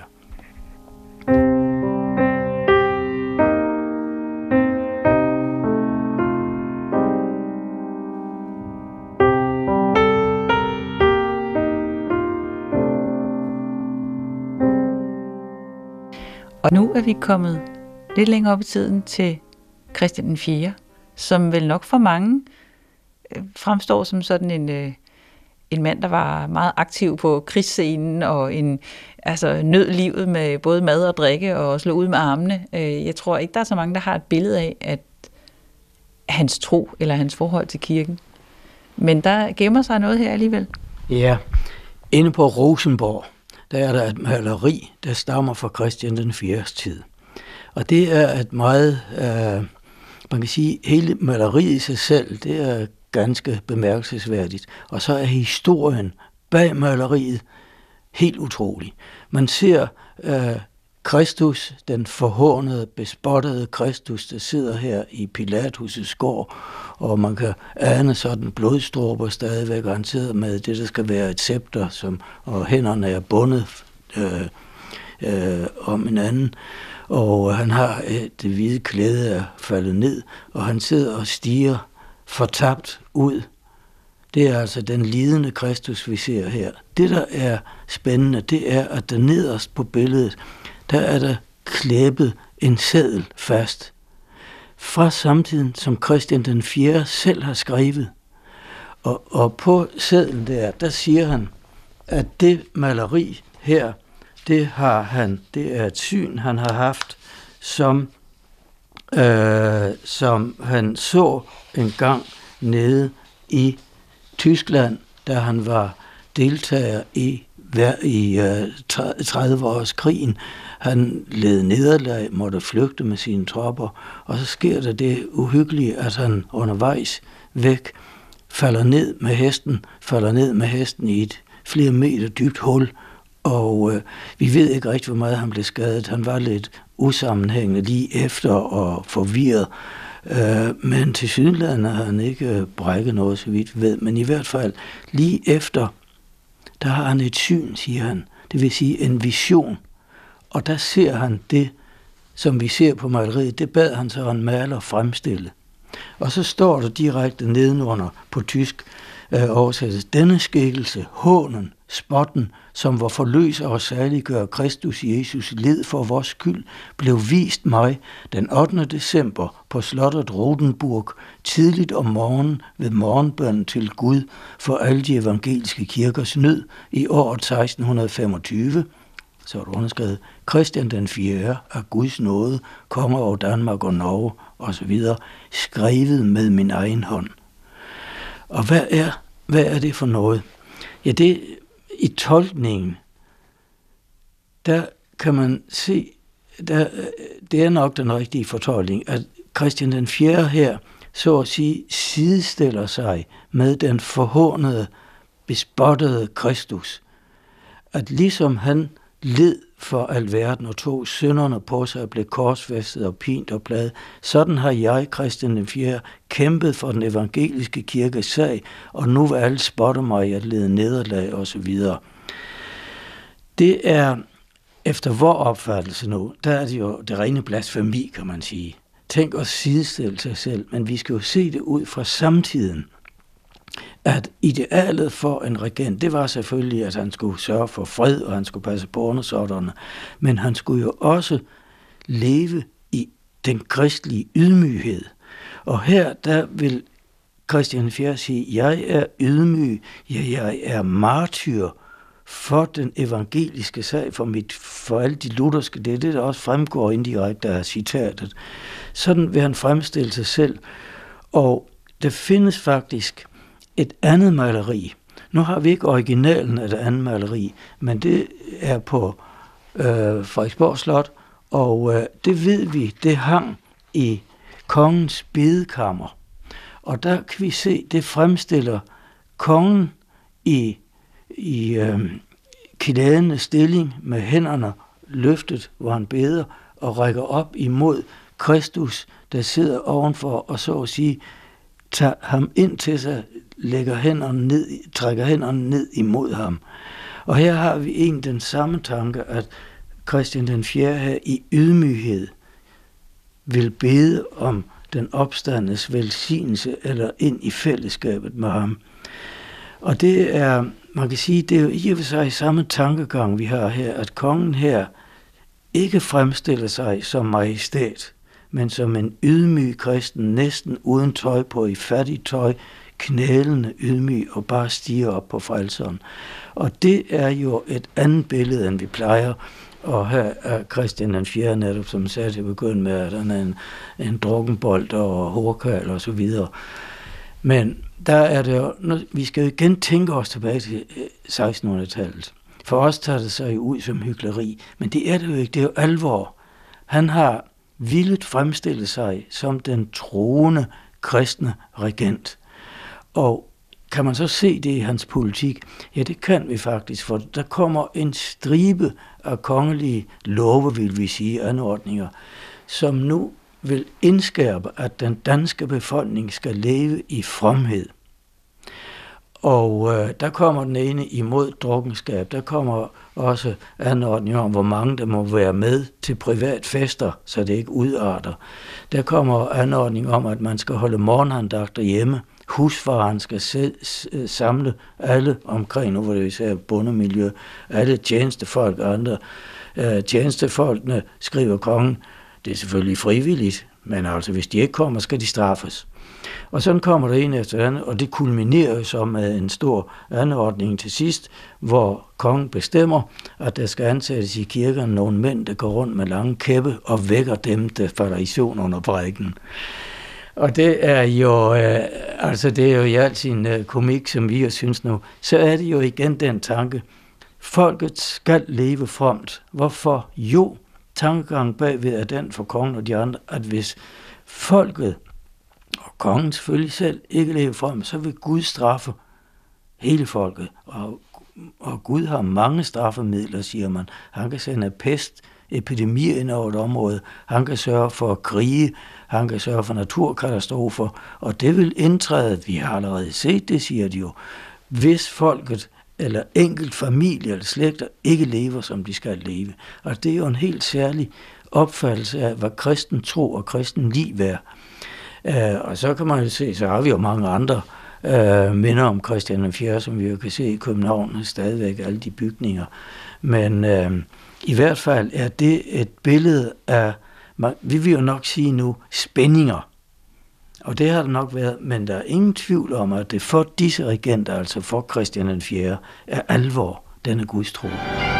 Og nu er vi kommet lidt længere op i tiden til Christian den 4., som vel nok for mange fremstår som sådan en mand, der var meget aktiv på krigsscenen og nød livet med både mad og drikke og slå ud med armene. Jeg tror ikke, der er så mange, der har et billede af, at hans tro eller hans forhold til kirken. Men der gemmer sig noget her alligevel. Ja, inde på Rosenborg, der er der et maleri, der stammer fra Christian den 4. tid. Og det er et meget, man kan sige, hele maleriet i sig selv, det er ganske bemærkelsesværdigt. Og så er historien bag maleriet helt utrolig. Man ser Kristus, den forhånede, bespottede Kristus, der sidder her i Pilatus' gård, og man kan ane sådan blodstråber stadigvæk, han sidder med det, der skal være et scepter, og hænderne er bundet om hinanden, og han har det hvide klæde er faldet ned, og han sidder og stiger fortabt ud. Det er altså den lidende Kristus, vi ser her. Det, der er spændende, det er, at der nederst på billedet, der er der klæbet en seddel fast. Fra samtiden, som Christian den 4. selv har skrevet. Og på sedlen der siger han, at det maleri her, det er et syn, han har haft, som han så en gang nede i Tyskland, da han var deltager i i 30-årskrigen. Han led nederlag, måtte flygte med sine tropper, og så sker der det uhyggelige, at han undervejs væk falder ned med hesten i et flere meter dybt hul, og vi ved ikke rigtig, hvor meget han blev skadet. Han var lidt usammenhængende lige efter og forvirret, men tilsyneladende har han ikke brækket noget, så vidt vi ved. Men i hvert fald lige efter, der har han et syn, siger han. Det vil sige en vision. Og der ser han det, som vi ser på maleriet. Det bad han så en maler fremstille. Og så står der direkte nedenunder på tysk oversættes: denne skikkelse, hånen, spotten, som var forløser og særliggør Kristus Jesus led for vores skyld, blev vist mig den 8. december på slottet Rotenburg, tidligt om morgenen ved morgenbønnen til Gud for alle de evangeliske kirkers nød i året 1625. Så er det underskrevet: Christian den 4. af Guds nåde, konge over Danmark og Norge osv., skrevet med min egen hånd. Og hvad er det for noget? Ja, det i tolkningen, der kan man se, det er nok den rigtige fortolkning, at Christian den 4. her, så at sige, sidestiller sig med den forhånede, bespottede Kristus. At ligesom han led for alverden og tog synderne på sig og blev korsfæstet og pint og plaget, sådan har jeg, Christian den 4., kæmpet for den evangeliske kirkes sag, og nu vil alle spotte mig at lede nederlag osv. Det er, efter vor opfattelse nu, der er det jo det rene blasfemi, kan man sige. Tænk at sidestille sig selv, men vi skal jo se det ud fra samtiden. At idealet for en regent, det var selvfølgelig, at han skulle sørge for fred, og han skulle passe på undersåtterne, men han skulle jo også leve i den kristelige ydmyghed. Og her, der vil Christian 4. sige: jeg er ydmyg, jeg er martyr for den evangeliske sag, for alle de lutherske. Det er det, der også fremgår indirekte af citatet. Sådan vil han fremstille sig selv. Og der findes faktisk et andet maleri. Nu har vi ikke originalen af det andet maleri, men det er på Frederiksborg Slot, og det ved vi, det hang i kongens bedekammer. Og der kan vi se, det fremstiller kongen i knæende stilling med hænderne løftet, hvor han beder, og rækker op imod Kristus, der sidder ovenfor, og så at sige, tager ham ind til sig, trækker hænderne ned imod ham. Og her har vi den samme tanke, at Christian den 4. her i ydmyghed vil bede om den opstandes velsignelse eller ind i fællesskabet med ham. Og det er, man kan sige, det er jo i og for sig samme tankegang, vi har her, at kongen her ikke fremstiller sig som majestæt, men som en ydmyg kristen, næsten uden tøj på, i fattigt tøj, knælende, ydmyg og bare stiger op på frelseren. Og det er jo et andet billede, end vi plejer. Og her er Christian den 4. netop, som sagde til at begynde med, at han er en drukkenbold og horkal og så videre. Men der er det jo, vi skal jo igen tænke os tilbage til 1600-tallet. For os tager det sig ud som hykleri, men det er det jo ikke, det er jo alvor. Han har villet fremstille sig som den troende kristne regent. Og kan man så se det i hans politik? Ja, det kan vi faktisk, for der kommer en stribe af kongelige love, vil vi sige, anordninger, som nu vil indskærpe, at den danske befolkning skal leve i fromhed. Og der kommer den ene imod drukkenskab. Der kommer også anordninger om, hvor mange der må være med til privatfester, så det ikke udarter. Der kommer anordninger om, at man skal holde morgenandagter hjemme. Husfaren skal samle alle omkring, nu hvor det især bondemiljø, alle tjenestefolk og andre. Tjenestefolkene, skriver kongen, det er selvfølgelig frivilligt, men altså hvis de ikke kommer, skal de straffes. Og sådan kommer der en efter andet, og det kulminerer jo så med en stor anordning til sidst, hvor kongen bestemmer, at der skal ansættes i kirkerne nogle mænd, der går rundt med lange kæppe og vækker dem, der falder i søvn under prædiken. Og det er jo, det er jo i al sin komik, som vi synes nu, så er det jo igen den tanke, folket skal leve fromt. Hvorfor? Jo, tankegangen bagved er den for kongen og de andre, at hvis folket, og kongen selvfølgelig selv, ikke lever fromt, så vil Gud straffe hele folket. Og Gud har mange straffemidler, siger man. Han kan sende pest, epidemier ind over et område. Han kan sørge for krige. Han kan sørge for naturkatastrofer. Og det vil indtræde, vi har allerede set det, siger de jo, hvis folket eller enkelt familie eller slægter ikke lever, som de skal leve. Og det er jo en helt særlig opfattelse af, hvad kristen tro og kristen liv er. Og så kan man jo se, så har vi jo mange andre minder om Christian 4., som vi jo kan se i København, stadigvæk alle de bygninger. Men i hvert fald er det et billede af, vi vil jo nok sige nu, spændinger. Og det har det nok været, men der er ingen tvivl om, at det for disse regenter, altså for Christian 4., er alvor, denne Guds tro.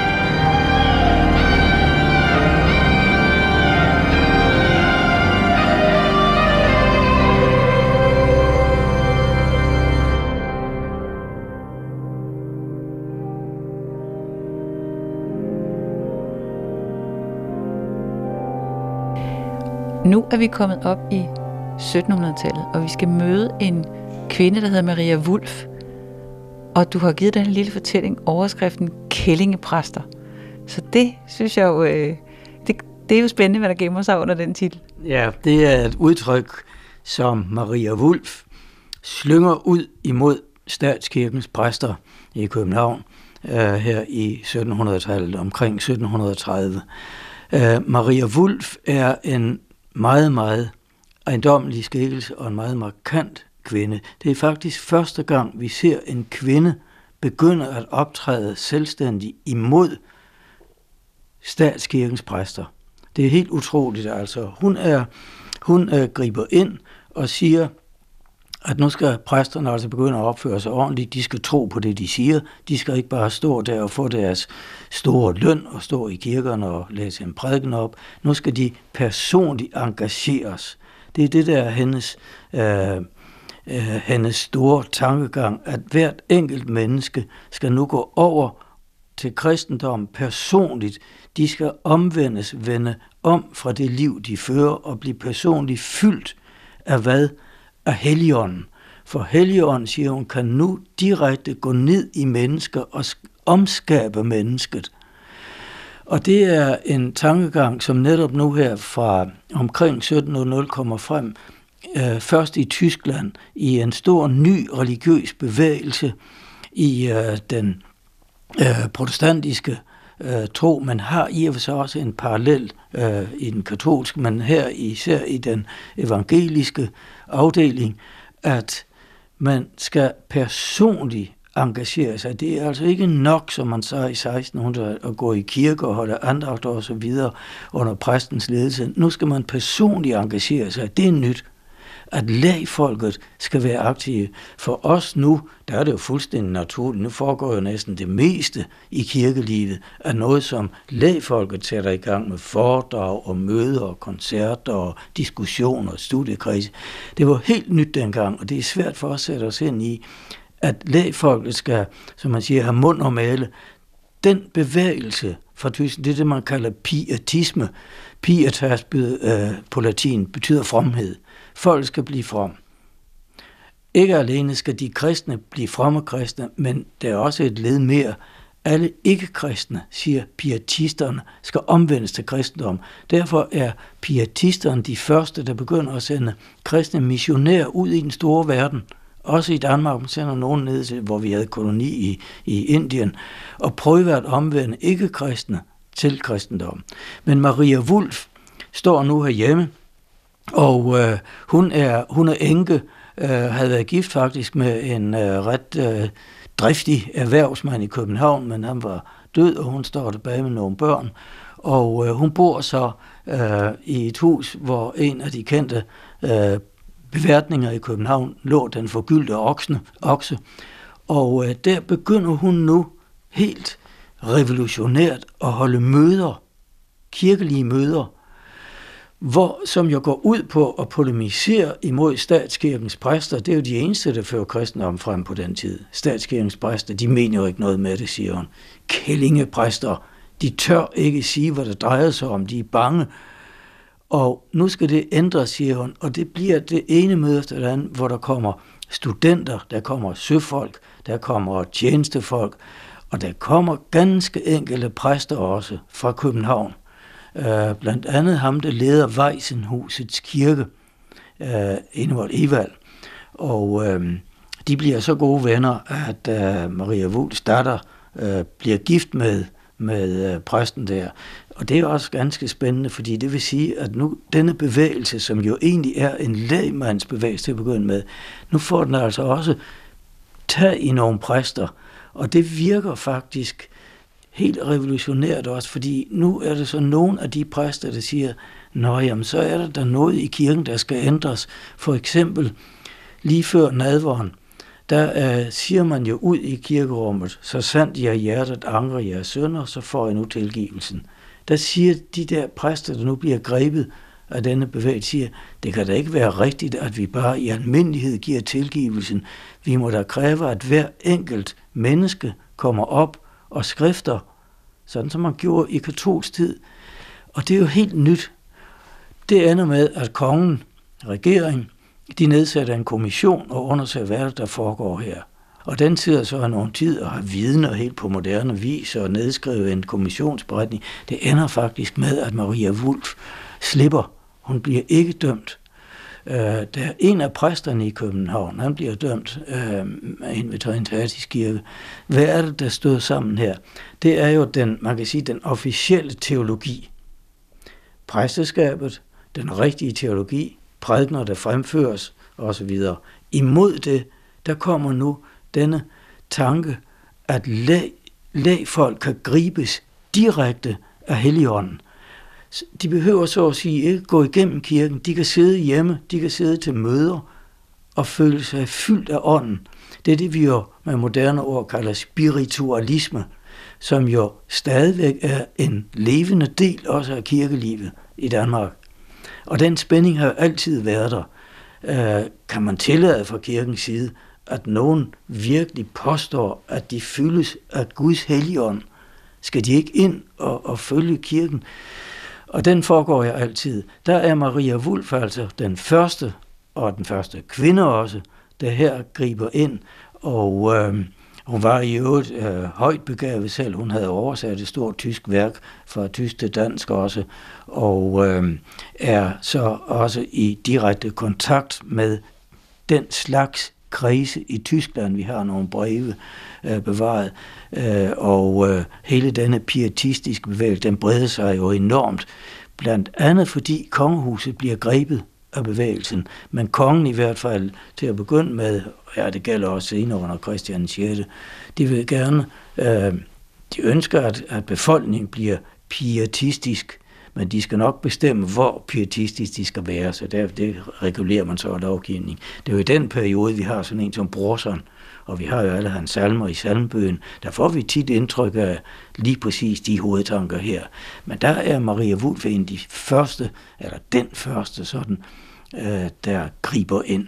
Nu er vi kommet op i 1700-tallet, og vi skal møde en kvinde, der hedder Maria Wulff. Og du har givet den lille fortælling overskriften Kællingepræster. Så det synes jeg jo, det er jo spændende, hvad der gemmer sig under den titel. Ja, det er et udtryk, som Maria Wulff slynger ud imod statskirkens præster i København her i 1700-tallet, omkring 1730. Maria Wulff er en meget, meget ejendommelig skikkelse og en meget markant kvinde. Det er faktisk første gang, vi ser en kvinde begynde at optræde selvstændigt imod statskirkens præster. Det er helt utroligt, altså. Hun griber ind og siger, at nu skal præsterne altså begynde at opføre sig ordentligt. De skal tro på det, de siger. De skal ikke bare stå der og få deres store løn og stå i kirkerne og læse en prædiken op. Nu skal de personligt engageres. Det er det der hendes store tankegang, at hvert enkelt menneske skal nu gå over til kristendom personligt. De skal vende om fra det liv, de fører, og blive personligt fyldt af hvad? Af Helligånden. For Helligånden, siger hun, kan nu direkte gå ned i mennesker og omskabe mennesket. Og det er en tankegang, som netop nu her fra omkring 1700 kommer frem, først i Tyskland, i en stor ny religiøs bevægelse i den protestantiske tro. Man har i og for sig også en parallel i den katolske, men her især i den evangeliske afdeling, at man skal personligt engagere sig. Det er altså ikke nok, som man sagde i 1600, at gå i kirke og holde andagter og så videre under præstens ledelse. Nu skal man personligt engagere sig. Det er nyt. At lægfolket skal være aktive. For os nu, der er det jo fuldstændig naturligt. Nu foregår jo næsten det meste i kirkelivet af noget, som lægfolket sætter i gang med foredrag og møder og koncerter og diskussioner og studiekredse. Det var helt nyt dengang, og det er svært for os at sætte os ind i, at lægfolket skal, som man siger, have mund og male. Den bevægelse fra Tyskland, det er det, man kalder pietisme. Pietas på latin betyder fromhed. Folk skal blive from. Ikke alene skal de kristne blive fromme kristne, men der er også et led mere. Alle ikke-kristne, siger pietisterne, skal omvendes til kristendom. Derfor er pietisterne de første, der begynder at sende kristne missionærer ud i den store verden. Også i Danmark, man sender nogen ned til, hvor vi havde koloni i Indien, og prøver at omvende ikke-kristne til kristendom. Men Maria Wulff står nu herhjemme, og hun er enke, havde været gift faktisk med en ret driftig erhvervsmand i København, men han var død, og hun står tilbage med nogle børn. Og hun bor så i et hus, hvor en af de kendte beværtninger i København lå den forgyldte okse. Og der begynder hun nu helt revolutionært at holde møder, kirkelige møder, som jo går ud på at polemisere imod statskirkens præster. Det er jo de eneste, der fører kristendom frem på den tid. Statskirkens præster, de mener jo ikke noget med det, siger hun. Kællingepræster, de tør ikke sige, hvad det drejer sig om. De er bange. Og nu skal det ændres, siger hun, og det bliver det ene møde efter det andet, hvor der kommer studenter, der kommer søfolk, der kommer tjenestefolk, og der kommer ganske enkelte præster også fra København. Blandt andet ham, der leder Vejsenhusets kirke, Enevold Evald. Og de bliver så gode venner, at Maria Wulffs datter bliver gift med præsten der. Og det er også ganske spændende, fordi det vil sige, at nu denne bevægelse, som jo egentlig er en lægmandsbevægelse til at begynde med, nu får den altså også tag i nogle præster. Og det virker faktisk helt revolutionært også, fordi nu er det så nogle af de præster, der siger, nå jamen, så er der noget i kirken, der skal ændres. For eksempel lige før nadveren, der siger man jo ud i kirkerummet, så sandt jer hjertet angrer jeres synder, så får I nu tilgivelsen. Der siger de der præster, der nu bliver grebet af denne bevægelse, siger, det kan da ikke være rigtigt, at vi bare i almindelighed giver tilgivelsen. Vi må da kræve, at hver enkelt menneske kommer op og skrifter, sådan som man gjorde i katolsk tid. Og det er jo helt nyt. Det ender med, at kongen, regeringen, de nedsætter en kommission og undersøger, hvad der foregår her. Og den sidder så nogle tid og har vidner helt på moderne vis og nedskriver en kommissionsberetning. Det ender faktisk med, at Maria Wulff slipper. Hun bliver ikke dømt. Der er en af præsterne i København, han bliver dømt ind ved Trinitatis Kirke. Hvad er det, der stod sammen her? Det er jo man kan sige, den officielle teologi. Præsteskabet, den rigtige teologi, prædikener, der fremføres osv. Imod det, der kommer nu denne tanke, at lægfolk kan gribes direkte af Helligånden. De behøver så at sige ikke gå igennem kirken. De kan sidde hjemme, de kan sidde til møder og føle sig fyldt af ånden. Det er det, vi jo med moderne ord kalder spiritualisme, som jo stadigvæk er en levende del også af kirkelivet i Danmark. Og den spænding har altid været der. Kan man tillade fra kirkens side, at nogen virkelig påstår, at de fyldes af Guds helligånd? Skal de ikke ind og følge kirken? Og den foregår jo altid. Der er Maria Wulff altså den første, og den første kvinde også, der her griber ind. Og hun var i øvrigt højt begavet selv. Hun havde oversat et stort tysk værk fra tysk til dansk også, og er så også i direkte kontakt med den slags kredse i Tyskland. Vi har nogle breve bevaret, og hele denne pietistiske bevægelse, den breder sig jo enormt, blandt andet fordi kongehuset bliver grebet af bevægelsen, men kongen i hvert fald til at begynde med, ja, det gælder også senere under Christian 6., de vil gerne, de ønsker, at befolkningen bliver pietistisk, men de skal nok bestemme, hvor pietistisk de skal være, så det regulerer man så af lovgivning. Det er jo i den periode, vi har sådan en som Brorson, og vi har jo alle hans salmer i salmbøgen. Der får vi tit indtryk af lige præcis de hovedtanker her. Men der er Maria Wulff en af de første, eller den første sådan, der griber ind.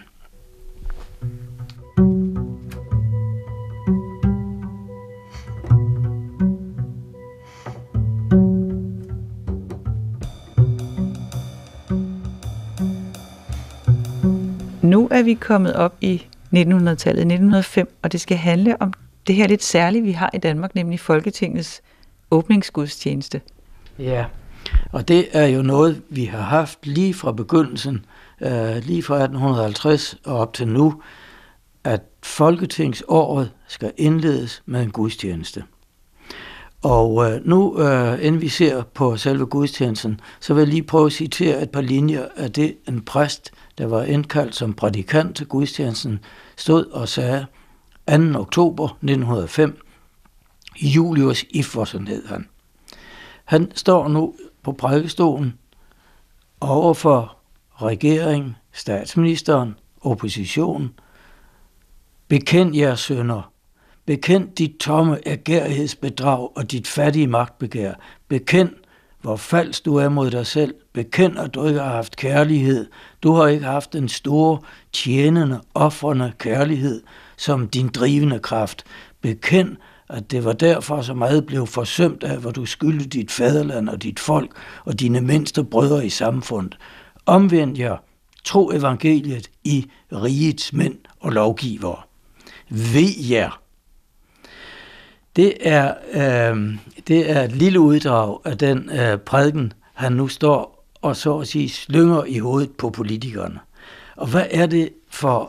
Nu er vi kommet op i 1900-tallet, 1905, og det skal handle om det her lidt særlige, vi har i Danmark, nemlig Folketingets åbningsgudstjeneste. Ja, og det er jo noget, vi har haft lige fra begyndelsen, lige fra 1850 og op til nu, at Folketingsåret skal indledes med en gudstjeneste. Og nu, inden vi ser på selve gudstjenesten, så vil jeg lige prøve at citere et par linjer af det, en præst, der var indkaldt som prædikant til gudstjenesten, stod og sagde 2. oktober 1905, Julius Iversen hed han. Han står nu på prædikestolen over for regeringen, statsministeren, oppositionen. Bekend jeres synder. Bekend dit tomme ærgerighedsbedrag og dit fattige magtbegær. Bekend, hvor falsk du er mod dig selv. Bekend, at du ikke har haft kærlighed. Du har ikke haft den store, tjenende, ofrende kærlighed som din drivende kraft. Bekend, at det var derfor, så meget blev forsømt af, hvor du skyldte dit faderland og dit folk og dine mindste brødre i samfundet. Omvend jer, tro evangeliet i rigets mænd og lovgivere. Ved jer. Det er et lille uddrag af den prædiken, han nu står og så at sige slynger i hovedet på politikerne. Og hvad er det for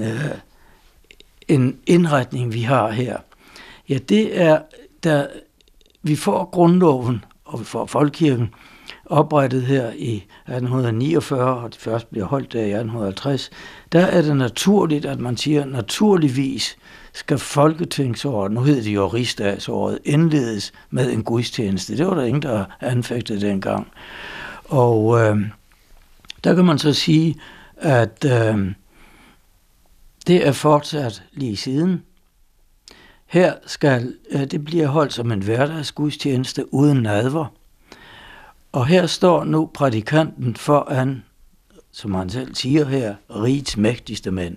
en indretning, vi har her? Ja, det er, da vi får grundloven, og vi får folkekirken oprettet her i 1849, og det først bliver holdt der i 1850, der er det naturligt, at man siger, naturligvis skal folketingsåret, nu hedder det jo rigsdagsåret, indledes med en gudstjeneste. Det var der ingen, der anfægtede dengang. Og der kan man så sige, at det er fortsat lige siden. Her skal det bliver holdt som en hverdagsgudstjeneste uden nadver. Og her står nu prædikanten foran, som han selv siger her, rigets mægtigste mænd.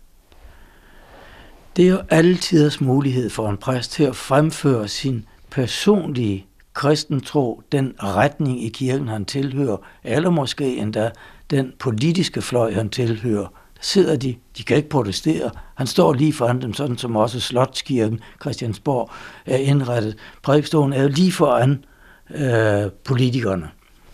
Det er jo altiders mulighed for en præst til at fremføre sin personlige kristentro, den retning i kirken, han tilhører, eller måske endda den politiske fløj, han tilhører. Der sidder de kan ikke protestere. Han står lige foran dem, sådan som også Slotskirken, Christiansborg, er indrettet. Prædikestolen er jo lige foran politikerne.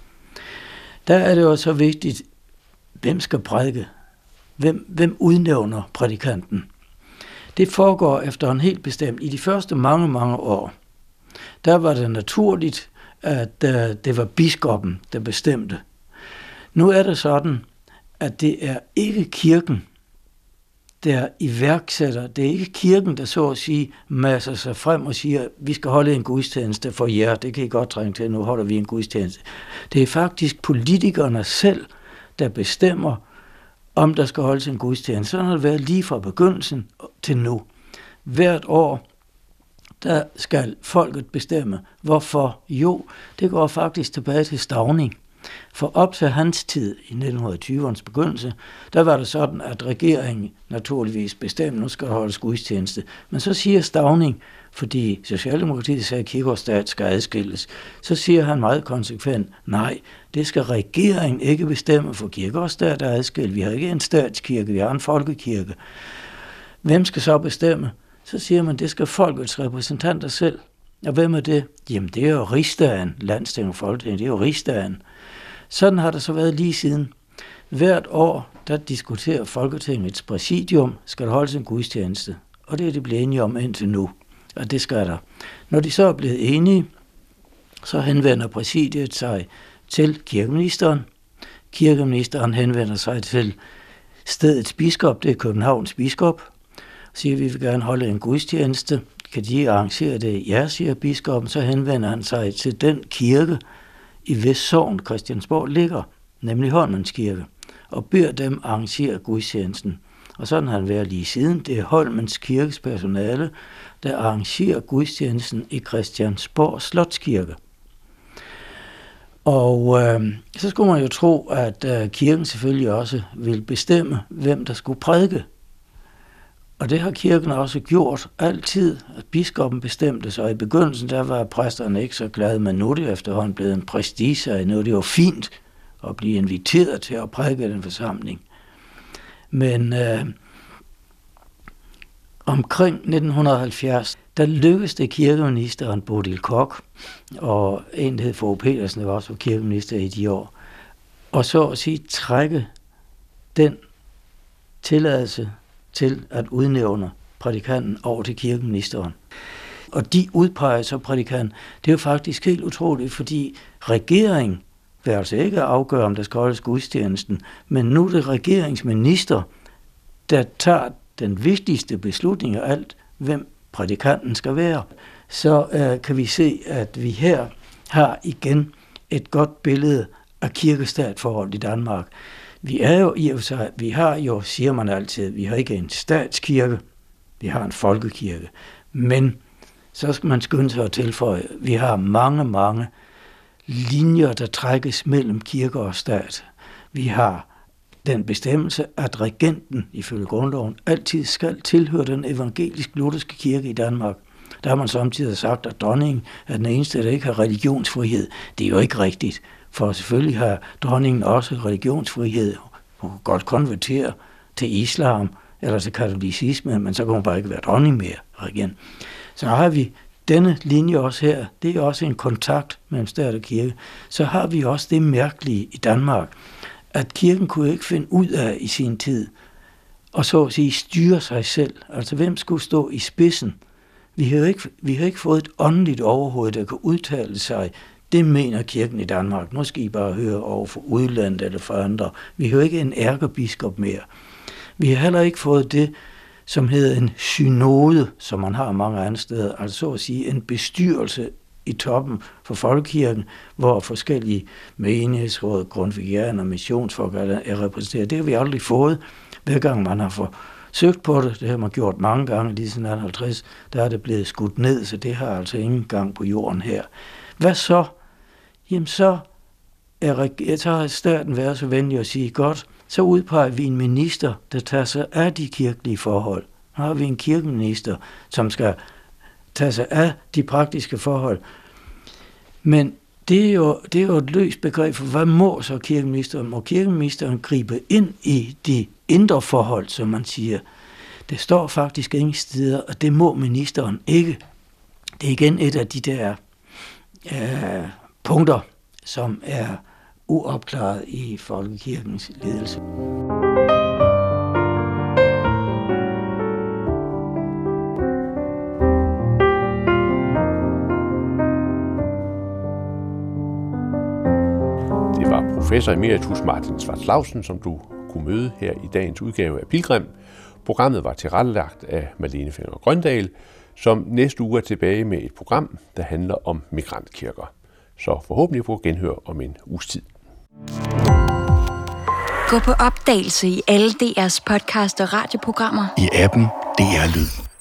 Der er det også så vigtigt, hvem skal prædike? Hvem udnævner prædikanten? Det foregår efter en helt bestemt. I de første mange år, der var det naturligt, at det var biskoppen, der bestemte. Nu er det sådan, at det er ikke kirken, der iværksætter. Det er ikke kirken, der så at sige masser sig frem og siger, vi skal holde en gudstjeneste for jer. Det kan I godt trænge til, nu holder vi en gudstjeneste. Det er faktisk politikerne selv, der bestemmer, om der skal holdes en gudstjeneste. Sådan har det været lige fra begyndelsen til nu. Hvert år, der skal folket bestemme. Hvorfor? Jo, det går faktisk tilbage til Stauning. For op til hans tid i 1920'ernes begyndelse, der var det sådan, at regeringen naturligvis bestemte, nu skal der holdes gudstjeneste. Men så siger Stauning, fordi Socialdemokratiet sagde, at kirke og stat skal adskilles, så siger han meget konsekvent, nej, det skal regeringen ikke bestemme, for kirke og stat er adskilt. Vi har ikke en statskirke, vi har en folkekirke. Hvem skal så bestemme? Så siger man, det skal folkets repræsentanter selv. Og hvem er det? Jamen, det er jo rigsdagen, landsting og folketing, det er jo rigsdagen. Sådan har det så været lige siden. Hvert år, der diskuterer Folketingets præsidium, skal der holdes en gudstjeneste. Og det er de blevet enige om indtil nu. Og det skal der. Når de så er blevet enige, så henvender præsidiet sig til kirkeministeren. Kirkeministeren henvender sig til stedets biskop, det er Københavns biskop, og siger, at vi vil gerne holde en gudstjeneste. Kan de arrangere det? Ja, siger biskoppen. Så henvender han sig til den kirke, i hvis sogn Christiansborg ligger, nemlig Holmens Kirke, og beder dem arrangere gudstjenesten. Og sådan har han været lige siden. Det er Holmens Kirkes personale, der arrangerer gudstjenesten i Christiansborg Slotskirke. Og så skulle man jo tro, at kirken selvfølgelig også ville bestemme, hvem der skulle prædike. Og det har kirken også gjort altid, at biskoppen bestemte sig. I begyndelsen der var præsterne ikke så glade, men nu er det efterhånden blevet en prestige, nu er det jo fint at blive inviteret til at prædike den forsamling. Men omkring 1970, der lykkedes det kirkeministeren Bodil Koch, og en, der hed Fogh Petersen, der var også kirkeminister i de år, og så at sige trække den tilladelse til at udnævne prædikanten over til kirkeministeren. Og de udpeger så prædikanten. Det er jo faktisk helt utroligt, fordi regeringen vil altså ikke afgøre, om der skal holdes gudstjenesten, men nu er det regeringsminister, der tager den vigtigste beslutning af alt, hvem prædikanten skal være. Så kan vi se, at vi her har igen et godt billede af kirkestatforholdet i Danmark. Vi er jo i og for sig, vi har jo, siger man altid, vi har ikke en statskirke, vi har en folkekirke. Men så skal man skynde sig at tilføje, vi har mange linjer, der trækkes mellem kirke og stat. Vi har den bestemmelse, at regenten ifølge grundloven altid skal tilhøre den evangelisk-lutherske kirke i Danmark. Der har man samtidig sagt, at dronningen er den eneste, der ikke har religionsfrihed. Det er jo ikke rigtigt, for selvfølgelig har dronningen også religionsfrihed. Hun kan godt konvertere til islam eller til katolicisme, men så kan hun bare ikke være dronning mere igen. Så har vi denne linje også her. Det er også en kontakt mellem stat og kirke. Så har vi også det mærkelige i Danmark, at kirken kunne ikke finde ud af i sin tid, og så at sige styre sig selv. Altså hvem skulle stå i spidsen? Vi har ikke fået et åndeligt overhoved, der kan udtale sig. Det mener kirken i Danmark. Nu skal I bare høre over for udlandet eller for andre. Vi har jo ikke en ærkebiskop mere. Vi har heller ikke fået det, som hedder en synode, som man har mange andre steder. Altså så at sige en bestyrelse i toppen for folkekirken, hvor forskellige menighedsråd, grundvigianer, missionsfolk er repræsenteret. Det har vi aldrig fået. Hver gang man har forsøgt på det har man gjort mange gange, lige siden 1950, der er det blevet skudt ned, så det har altså ingen gang på jorden her. Hvad så? Jamen så har staten været så venlig at sige, godt, så udpeger vi en minister, der tager sig af de kirkelige forhold. Nu har vi en kirkeminister, som skal tage sig af de praktiske forhold. Men det er jo et løst begreb for, hvad må så kirkeministeren? Må kirkeministeren gribe ind i de indre forhold, som man siger? Det står faktisk ingen steder, og det må ministeren ikke. Det er igen et af de der punkter, som er uopklaret i folkekirkens ledelse. Det var professor emeritus Martin Schwarz-Lausen, som du kunne møde her i dagens udgave af Pilgrim. Programmet var tilrettelagt af Malene Fenger-Grøndal, som næste uge er tilbage med et program, der handler om migrantkirker. Så forhåbentlig på genhør om en uges tid. Gå på opdagelse i alle DR's podcast og radioprogrammer. I appen DR Lyd.